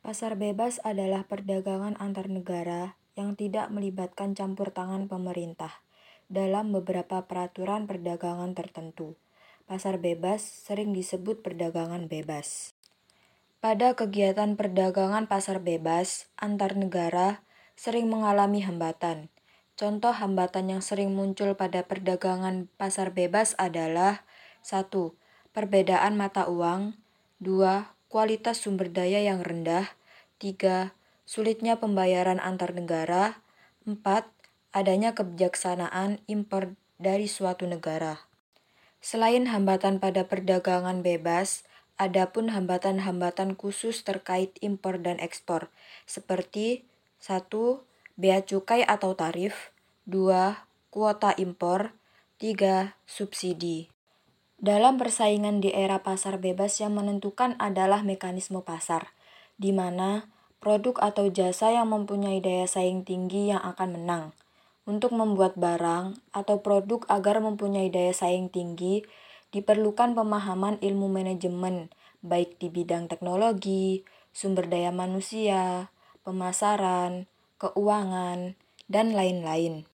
Pasar bebas adalah perdagangan antar negara yang tidak melibatkan campur tangan pemerintah dalam beberapa peraturan perdagangan tertentu. Pasar bebas sering disebut perdagangan bebas. Pada kegiatan perdagangan pasar bebas antar negara sering mengalami hambatan. Contoh hambatan yang sering muncul pada perdagangan pasar bebas adalah 1. Perbedaan mata uang. 2. Kualitas sumber daya yang rendah. 3. Sulitnya pembayaran antar negara. 4. Adanya kebijaksanaan impor dari suatu negara. Selain hambatan pada perdagangan bebas, ada pun hambatan-hambatan khusus terkait impor dan ekspor, seperti 1. Bea cukai atau tarif. 2. Kuota impor. 3. Subsidi. Dalam persaingan di era pasar bebas yang menentukan adalah mekanisme pasar, di mana produk atau jasa yang mempunyai daya saing tinggi yang akan menang. Untuk membuat barang atau produk agar mempunyai daya saing tinggi, diperlukan pemahaman ilmu manajemen, baik di bidang teknologi, sumber daya manusia, pemasaran, keuangan, dan lain-lain.